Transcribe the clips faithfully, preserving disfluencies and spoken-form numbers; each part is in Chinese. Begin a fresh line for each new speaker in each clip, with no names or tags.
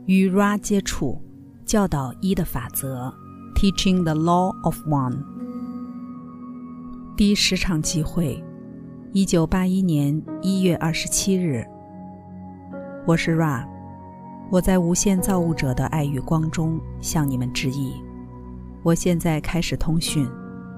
与 Ra 接触，教导一的法则 Teaching the Law of One。 第十场集会，一九八一年一月二十七日。我是 Ra， 我在无限造物者的爱与光中向你们致意。我现在开始通讯。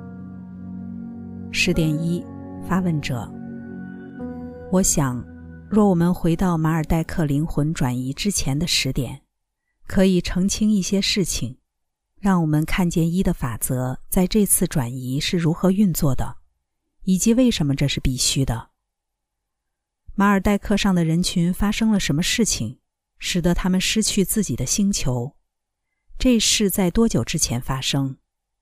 十点一，发问者：我想，若我们回到马尔代克灵魂转移之前的十点，可以澄清一些事情，让我们看见一的法则在这次转移是如何运作的，以及为什么这是必须的。马尔代克上的人群发生了什么事情，使得他们失去自己的星球？这事在多久之前发生？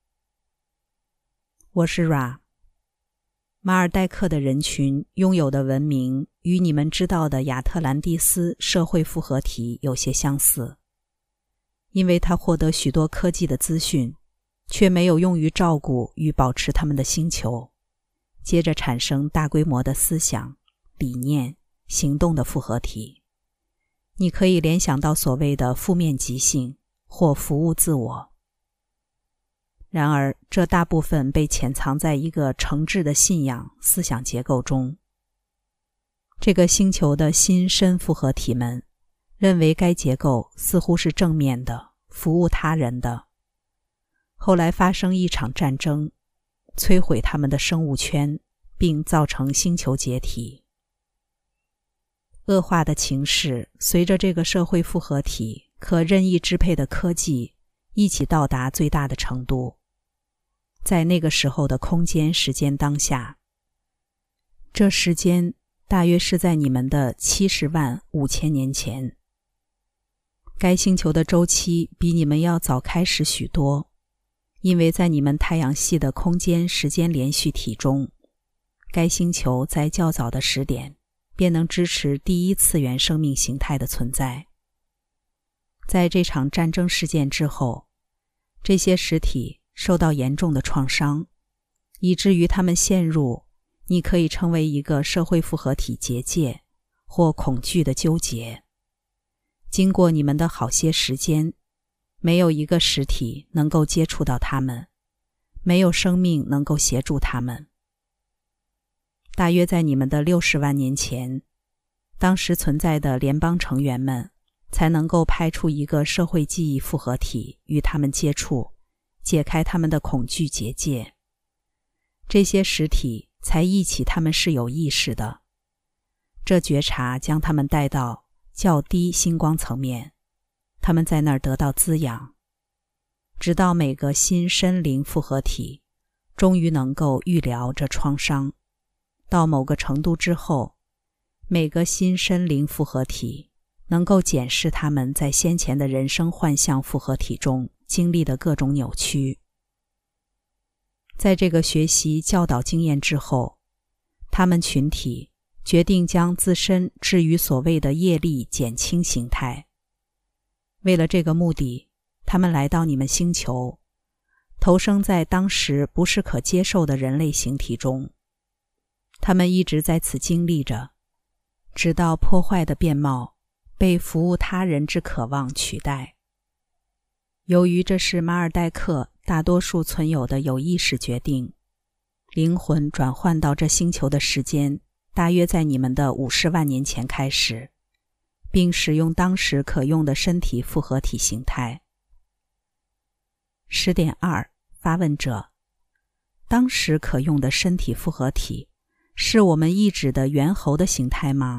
我是 Ra。 马尔代克的人群拥有的文明与你们知道的亚特兰蒂斯社会复合体有些相似，因为他获得许多科技的资讯，却没有用于照顾与保持他们的星球，接着产生大规模的思想、理念、行动的复合体。你可以联想到所谓的负面极性或服务自我。然而，这大部分被潜藏在一个诚挚的信仰思想结构中。这个星球的新深复合体们认为该结构似乎是正面的，服务他人的。后来发生一场战争，摧毁他们的生物圈，并造成星球解体。恶化的情势随着这个社会复合体可任意支配的科技一起到达最大的程度。在那个时候的空间时间当下，这时间大约是在你们的七十万五千年前。该星球的周期比你们要早开始许多，因为在你们太阳系的空间时间连续体中，该星球在较早的时点便能支持第一次元生命形态的存在。在这场战争事件之后，这些实体受到严重的创伤，以至于他们陷入你可以称为一个社会复合体结界或恐惧的纠结。经过你们的好些时间，没有一个实体能够接触到他们，没有生命能够协助他们。大约在你们的六十万年前，当时存在的联邦成员们才能够派出一个社会记忆复合体与他们接触，解开他们的恐惧结界。这些实体才忆起他们是有意识的，这觉察将他们带到较低星光层面，他们在那儿得到滋养，直到每个新深灵复合体终于能够预疗这创伤。到某个程度之后，每个新深灵复合体能够检视他们在先前的人生幻象复合体中经历的各种扭曲。在这个学习教导经验之后，他们群体决定将自身置于所谓的业力减轻形态。为了这个目的，他们来到你们星球，投生在当时不是可接受的人类形体中。他们一直在此经历着，直到破坏的面貌被服务他人之渴望取代。由于这是马尔代克大多数存有的有意识决定，灵魂转换到这星球的时间大约在你们的五十万年前开始，并使用当时可用的身体复合体形态。十点二，发问者：当时可用的身体复合体是我们意指的猿猴的形态吗？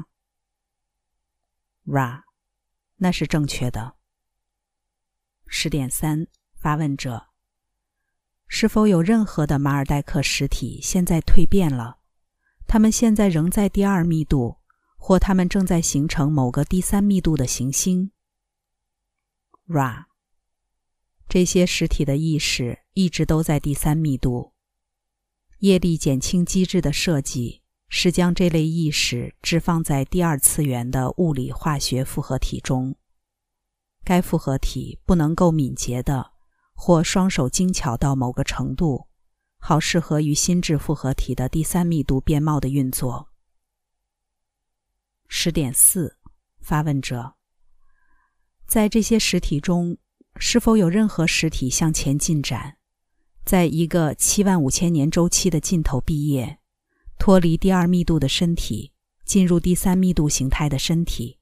Ra： 那是正确的。十点三，发问者：是否有任何的马尔代克实体现在蜕变了？它们现在仍在第二密度，或它们正在形成某个第三密度的行星？ Ra： 这些实体的意识一直都在第三密度。业力减轻机制的设计是将这类意识置放在第二次元的物理化学复合体中。该复合体不能够敏捷的或双手精巧到某个程度，好适合于心智复合体的第三密度变貌的运作。十点四，发问者： 在这些实体中，是否有任何实体向前进展，在一个七万五千年周期的尽头毕业，脱离第二密度的身体，进入第三密度形态的身体？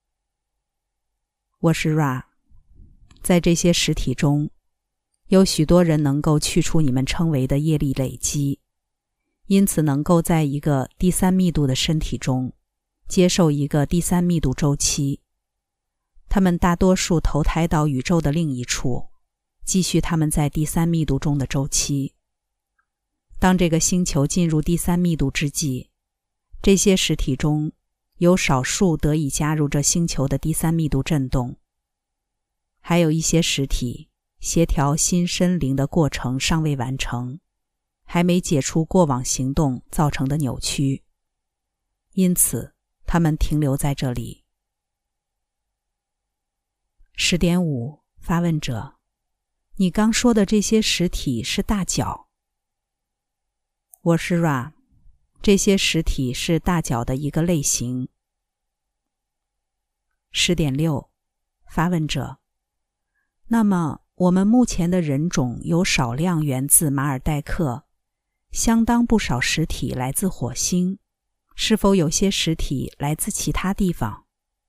我是 Ra， 在这些实体中，有许多人能够去除你们称为的业力累积，因此能够在一个第三密度的身体中接受一个第三密度周期。他们大多数投胎到宇宙的另一处，继续他们在第三密度中的周期。当这个星球进入第三密度之际，这些实体中有少数得以加入这星球的第三密度振动，还有一些实体协调新身灵的过程尚未完成，还没解除过往行动造成的扭曲，因此他们停留在这里。十点五，发问者，你刚说的这些实体是大角？我是 Ra， 这些实体是大角的一个类型。十点六，发问者，那么我们目前的人种有少量源自马尔代克，相当不少实体来自火星，是否有些实体来自其他地方？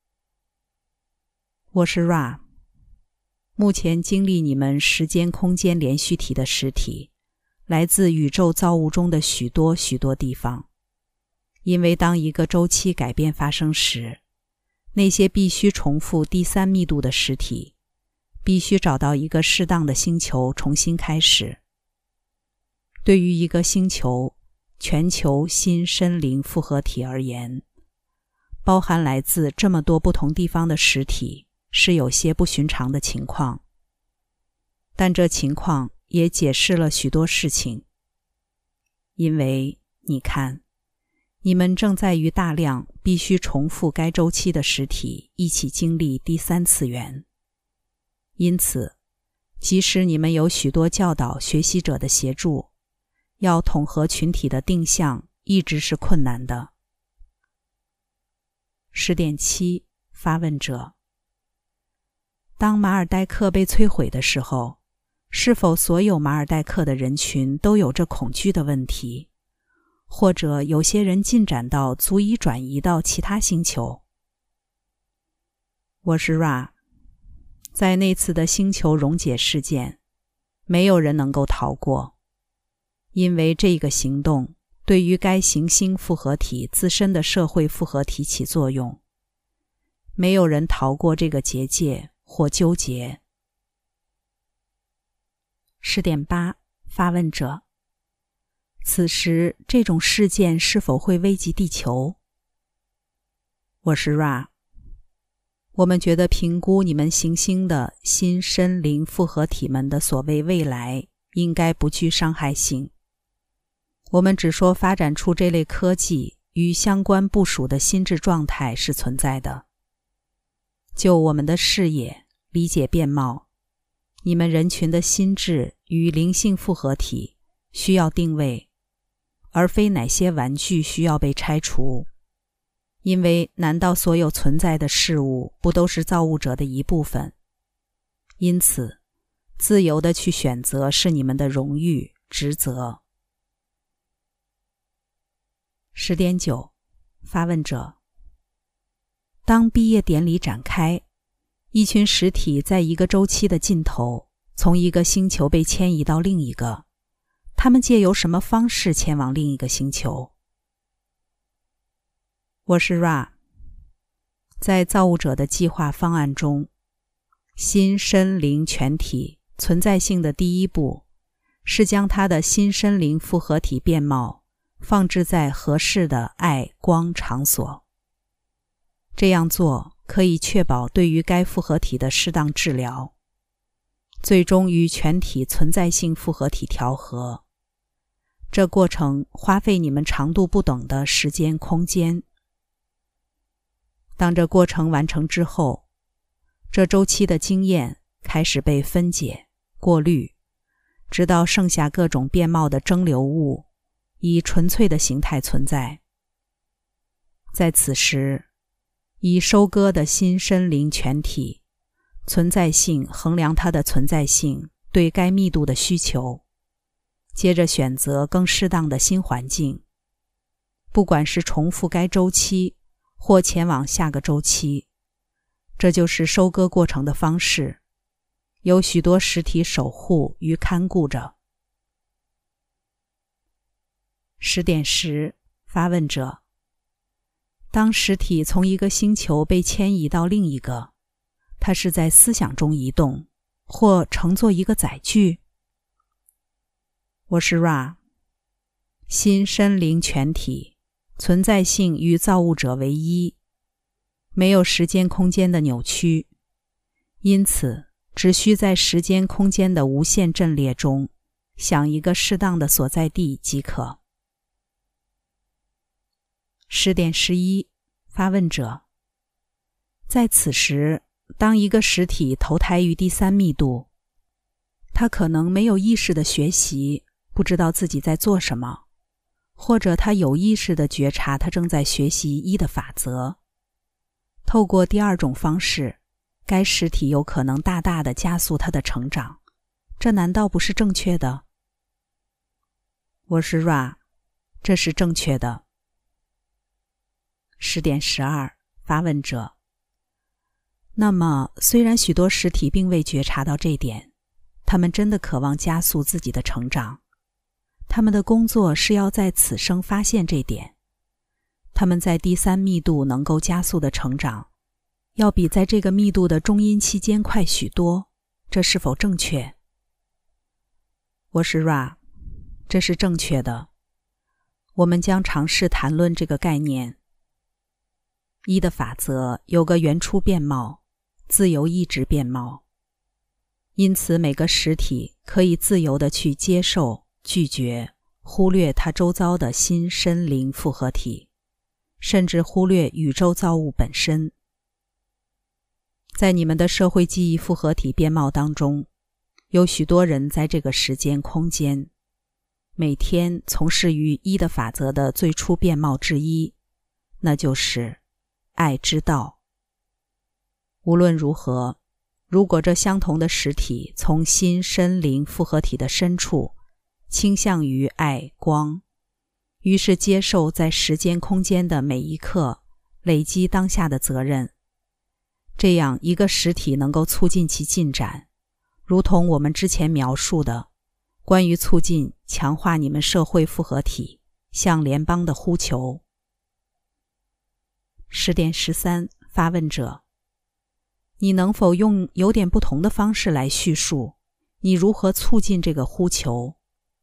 我是 Ra， 目前经历你们时间空间连续体的实体来自宇宙造物中的许多许多地方，因为当一个周期改变发生时，那些必须重复第三密度的实体必须找到一个适当的星球重新开始。对于一个星球全球新身灵复合体而言，包含来自这么多不同地方的实体是有些不寻常的情况，但这情况也解释了许多事情。因为你看，你们正在与大量必须重复该周期的实体一起经历第三次元，因此即使你们有许多教导学习者的协助，要统合群体的定向一直是困难的。十点七，发问者，当马尔代克被摧毁的时候，是否所有马尔代克的人群都有着恐惧的问题，或者有些人进展到足以转移到其他星球？我是 Ra， 在那次的星球溶解事件，没有人能够逃过，因为这个行动对于该行星复合体自身的社会复合体起作用，没有人逃过这个结界或纠结。十点八，发问者，此时这种事件是否会危及地球？我是 Ra， 我们觉得评估你们行星的新身灵复合体们的所谓未来应该不具伤害性。我们只说发展出这类科技与相关部署的心智状态是存在的。就我们的视野理解面貌，你们人群的心智与灵性复合体需要定位，而非哪些玩具需要被拆除。因为难道所有存在的事物不都是造物者的一部分？因此，自由地去选择是你们的荣誉、职责。十点九，发问者，当毕业典礼展开，一群实体在一个周期的尽头，从一个星球被迁移到另一个，他们借由什么方式前往另一个星球？我是 Ra， 在造物者的计划方案中，新身灵全体存在性的第一步是将它的新身灵复合体面貌放置在合适的爱光场所。这样做可以确保对于该复合体的适当治疗，最终与全体存在性复合体调和。这过程花费你们长度不等的时间空间。当这过程完成之后，这周期的经验开始被分解、过滤，直到剩下各种变貌的蒸馏物以纯粹的形态存在。在此时，已收割的新身灵全体存在性衡量它的存在性对该密度的需求，接着选择更适当的新环境，不管是重复该周期或前往下个周期。这就是收割过程的方式，有许多实体守护与看顾着。十点十，发问者：当实体从一个星球被迁移到另一个，它是在思想中移动，或乘坐一个载具？我是 Ra， 心身灵全体，存在性与造物者为一，没有时间空间的扭曲，因此只需在时间空间的无限阵列中想一个适当的所在地即可。十点十一，发问者：在此时，当一个实体投胎于第三密度，他可能没有意识的学习，不知道自己在做什么，或者他有意识的觉察他正在学习一的法则。透过第二种方式，该实体有可能大大的加速他的成长，这难道不是正确的？我是 Ra， 这是正确的。十点十二，发问者：那么，虽然许多实体并未觉察到这点，他们真的渴望加速自己的成长。他们的工作是要在此生发现这点。他们在第三密度能够加速的成长，要比在这个密度的中阴期间快许多，这是否正确？我是 Ra， 这是正确的。我们将尝试谈论这个概念。一的法则有个原初变貌，自由意志变貌，因此每个实体可以自由地去接受、拒绝、忽略它周遭的心身灵复合体，甚至忽略宇宙造物本身。在你们的社会记忆复合体变貌当中，有许多人在这个时间空间每天从事于一的法则的最初变貌之一，那就是爱之道。无论如何，如果这相同的实体从心身灵复合体的深处倾向于爱光，于是接受在时间空间的每一刻累积当下的责任，这样一个实体能够促进其进展，如同我们之前描述的关于促进强化你们社会复合体向联邦的呼求。十点十三，发问者：你能否用有点不同的方式来叙述你如何促进这个呼求？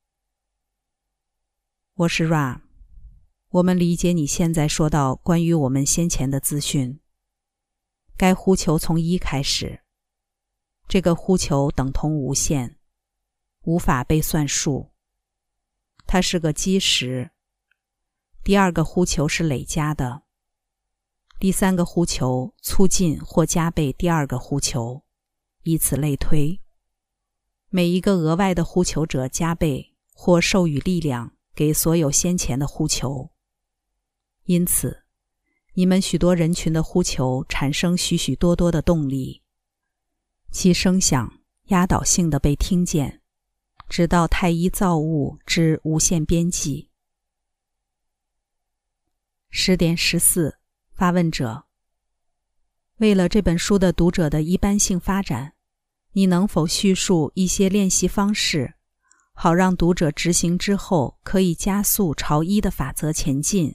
我是 Ra， 我们理解你现在说到关于我们先前的资讯。该呼求从一开始，这个呼求等同无限，无法被算数，它是个基石。第二个呼求是累加的，第三个呼求促进或加倍第二个呼求，以此类推。每一个额外的呼求者加倍或授予力量给所有先前的呼求。因此，你们许多人群的呼求产生许许多多的动力，其声响压倒性地被听见，直到太一造物之无限边际。十点十四，发问者：为了这本书的读者的一般性发展，你能否叙述一些练习方式，好让读者执行之后可以加速朝一的法则前进？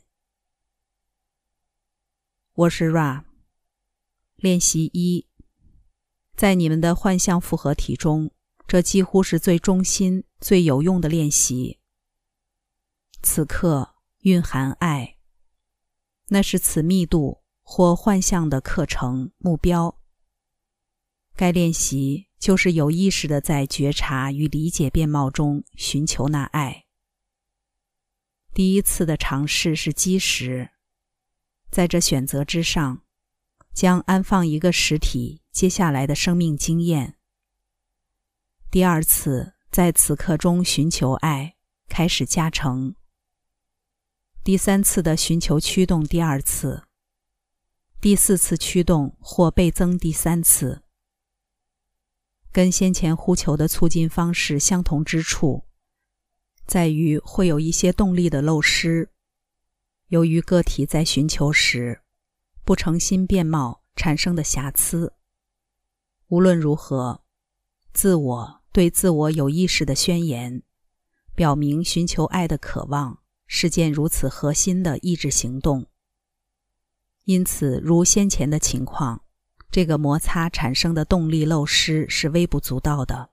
我是 Ra。 练习一，在你们的幻象复合体中，这几乎是最中心、最有用的练习。此刻蕴含爱，那是此密度或幻象的课程目标。该练习就是有意识地在觉察与理解变貌中寻求那爱。第一次的尝试是基石，在这选择之上，将安放一个实体接下来的生命经验。第二次在此刻中寻求爱，开始加成。第三次的寻求驱动第二次，第四次驱动或倍增第三次。 跟先前呼求的促进方式相同之处，在于会有一些动力的漏失。由于个体在寻求时不诚心变貌产生的瑕疵。无论如何，自我对自我有意识的宣言，表明寻求爱的渴望是件如此核心的意志行动。因此，如先前的情况，这个摩擦产生的动力漏失是微不足道的。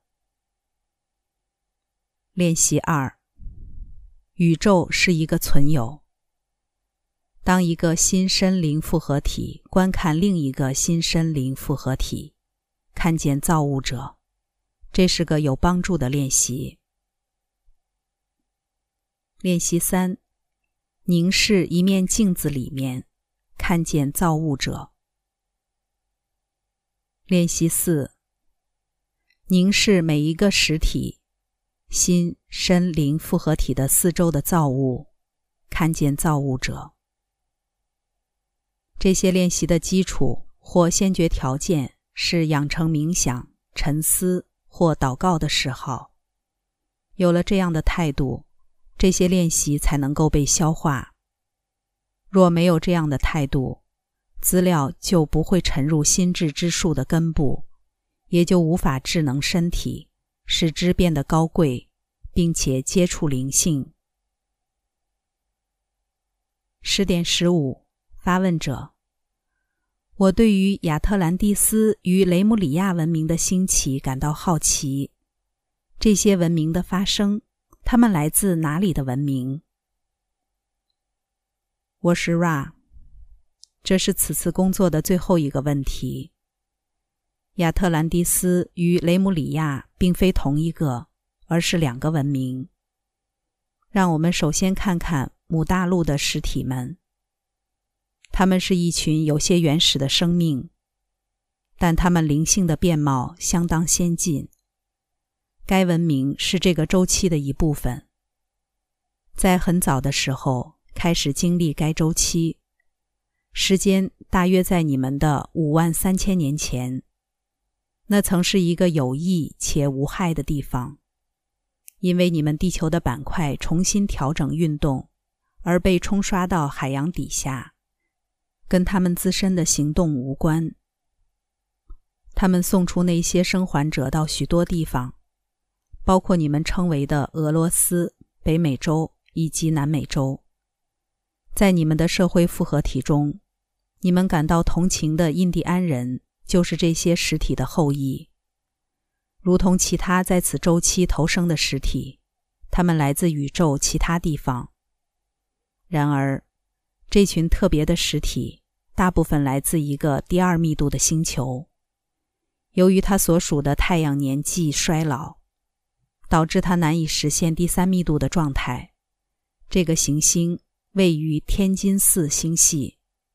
练习二，宇宙是一个存有。当一个新身灵复合体观看另一个新身灵复合体，看见造物者，这是个有帮助的练习。练习三，凝视一面镜子里面，看见造物者。练习四，凝视每一个实体，心、身、灵复合体的四周的造物，看见造物者。这些练习的基础或先决条件是养成冥想、沉思或祷告的嗜好。有了这样的态度，这些练习才能够被消化。若没有这样的态度，资料就不会沉入心智之树的根部，也就无法智能身体，使之变得高贵，并且接触灵性。十点十五，发问者：我对于亚特兰蒂斯与雷姆里亚文明的兴起感到好奇。这些文明的发生，它们来自哪里的文明？我是 Ra。 这是此次工作的最后一个问题。亚特兰蒂斯与雷姆里亚并非同一个，而是两个文明。让我们首先看看母大陆的实体们。它们是一群有些原始的生命，但它们灵性的面貌相当先进。该文明是这个周期的一部分，在很早的时候开始经历该周期，时间大约在你们的五万三千年前。那曾是一个有益且无害的地方，因为你们地球的板块重新调整运动，而被冲刷到海洋底下，跟他们自身的行动无关。他们送出那些生还者到许多地方，包括你们称为的俄罗斯、北美洲以及南美洲。在你们的社会复合体中，你们感到同情的印第安人就是这些实体的后裔。如同其他在此周期投生的实体，他们来自宇宙其他地方。然而，这群特别的实体大部分来自一个第二密度的星球。由于它所属的太阳年纪衰老，导致它难以实现第三密度的状态。这个行星位于天津四星系。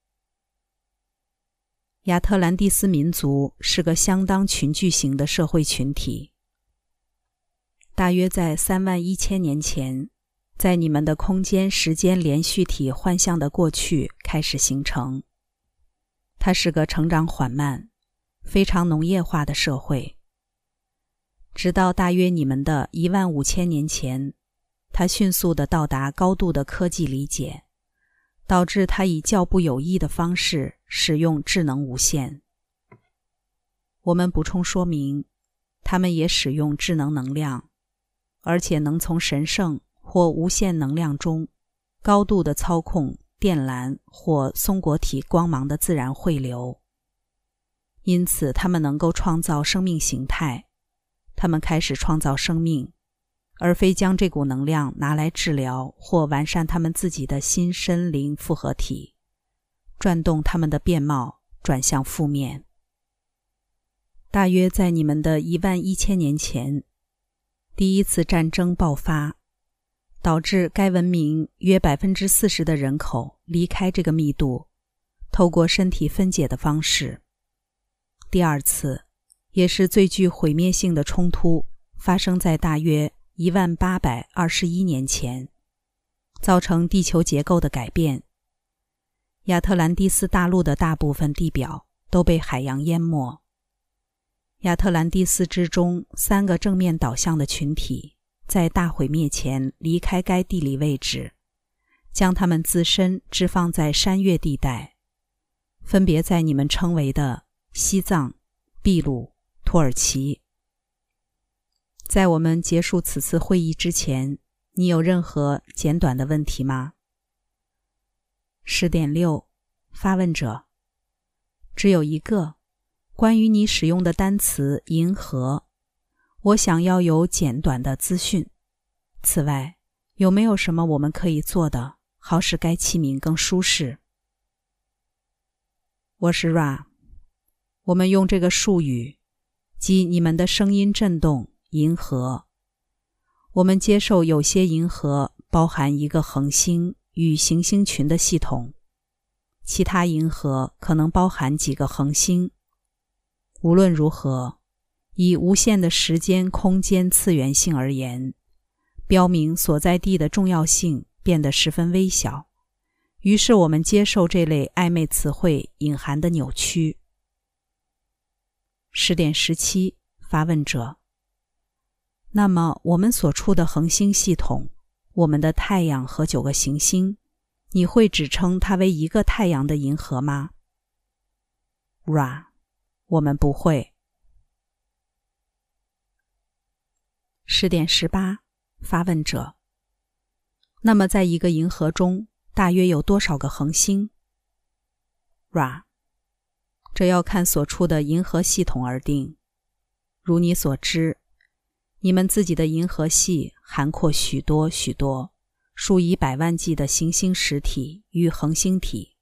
亚特兰蒂斯民族是个相当群聚型的社会群体。大约在三万一千年前，在你们的空间时间连续体幻象的过去开始形成。它是个成长缓慢、非常农业化的社会。直到大约你们的一万五千年前，它迅速地到达高度的科技理解，导致它以较不有益的方式使用智能无线。我们补充说明，他们也使用智能能量，而且能从神圣或无限能量中高度地操控电缆或松果体光芒的自然汇流。因此他们能够创造生命形态，他们开始创造生命，而非将这股能量拿来治疗或完善他们自己的新身灵复合体，转动他们的面貌转向负面。大约在你们的一万一千年前，第一次战争爆发，导致该文明约 百分之四十 的人口离开这个密度，透过身体分解的方式。第二次，也是最具毁灭性的冲突，发生在大约一万八百二十一年前，造成地球结构的改变。亚特兰蒂斯大陆的大部分地表都被海洋淹没。 亚特兰蒂斯之中三个正面导向的群体在大毁灭前离开该地理位置，将他们自身置放在山岳地带，分别在你们称为的西藏、秘鲁、土耳其。在我们结束此次会议之前，你有任何简短的问题吗？ 十点六 发问者：只有一个，关于你使用的单词银河，我想要有简短的资讯。此外，有没有什么我们可以做的，好使该器皿更舒适？我是 Ra， 我们用这个术语，即你们的声音振动银河。我们接受有些银河包含一个恒星与行星群的系统，其他银河可能包含几个恒星。无论如何，以无限的时间空间次元性而言，标明所在地的重要性变得十分微小，于是我们接受这类暧昧词汇隐含的扭曲。 十点十七 发问者：那么我们所处的恒星系统，我们的太阳和九个行星，你会只称它为一个太阳的银河吗？ Ra： 我们不会。 十点十八 发问者：那么在一个银河中大约有多少个恒星？ Ra： 这要看所处的银河系统而定。如你所知，你们自己的银河系涵括许多许多数以百万计的行星实体与恒星体。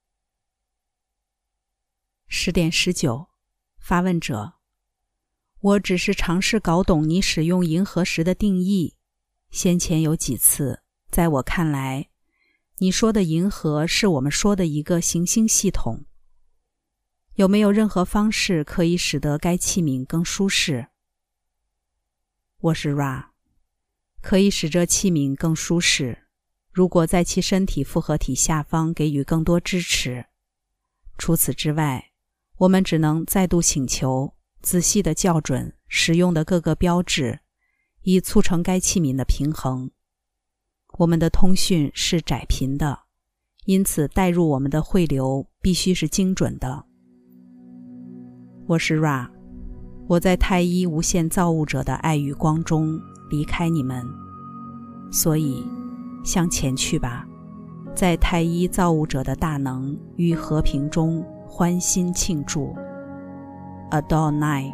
十点十九 发问者：我只是尝试搞懂你使用银河时的定义。先前有几次，在我看来，你说的银河是我们说的一个行星系统。有没有任何方式可以使得该器皿更舒适？我是 Ra， 可以使这器皿更舒适，如果在其身体复合体下方给予更多支持。除此之外，我们只能再度请求仔细地校准使用的各个标志，以促成该器皿的平衡。我们的通讯是窄频的，因此带入我们的汇流必须是精准的。我是 Ra， 我在太一无限造物者的爱与光中离开你们，所以向前去吧，在太一造物者的大能与和平中欢欣庆祝。 Adonai。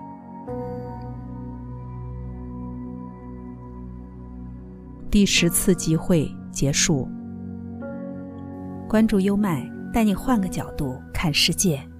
第十次集会结束。关注优麦，带你换个角度看世界。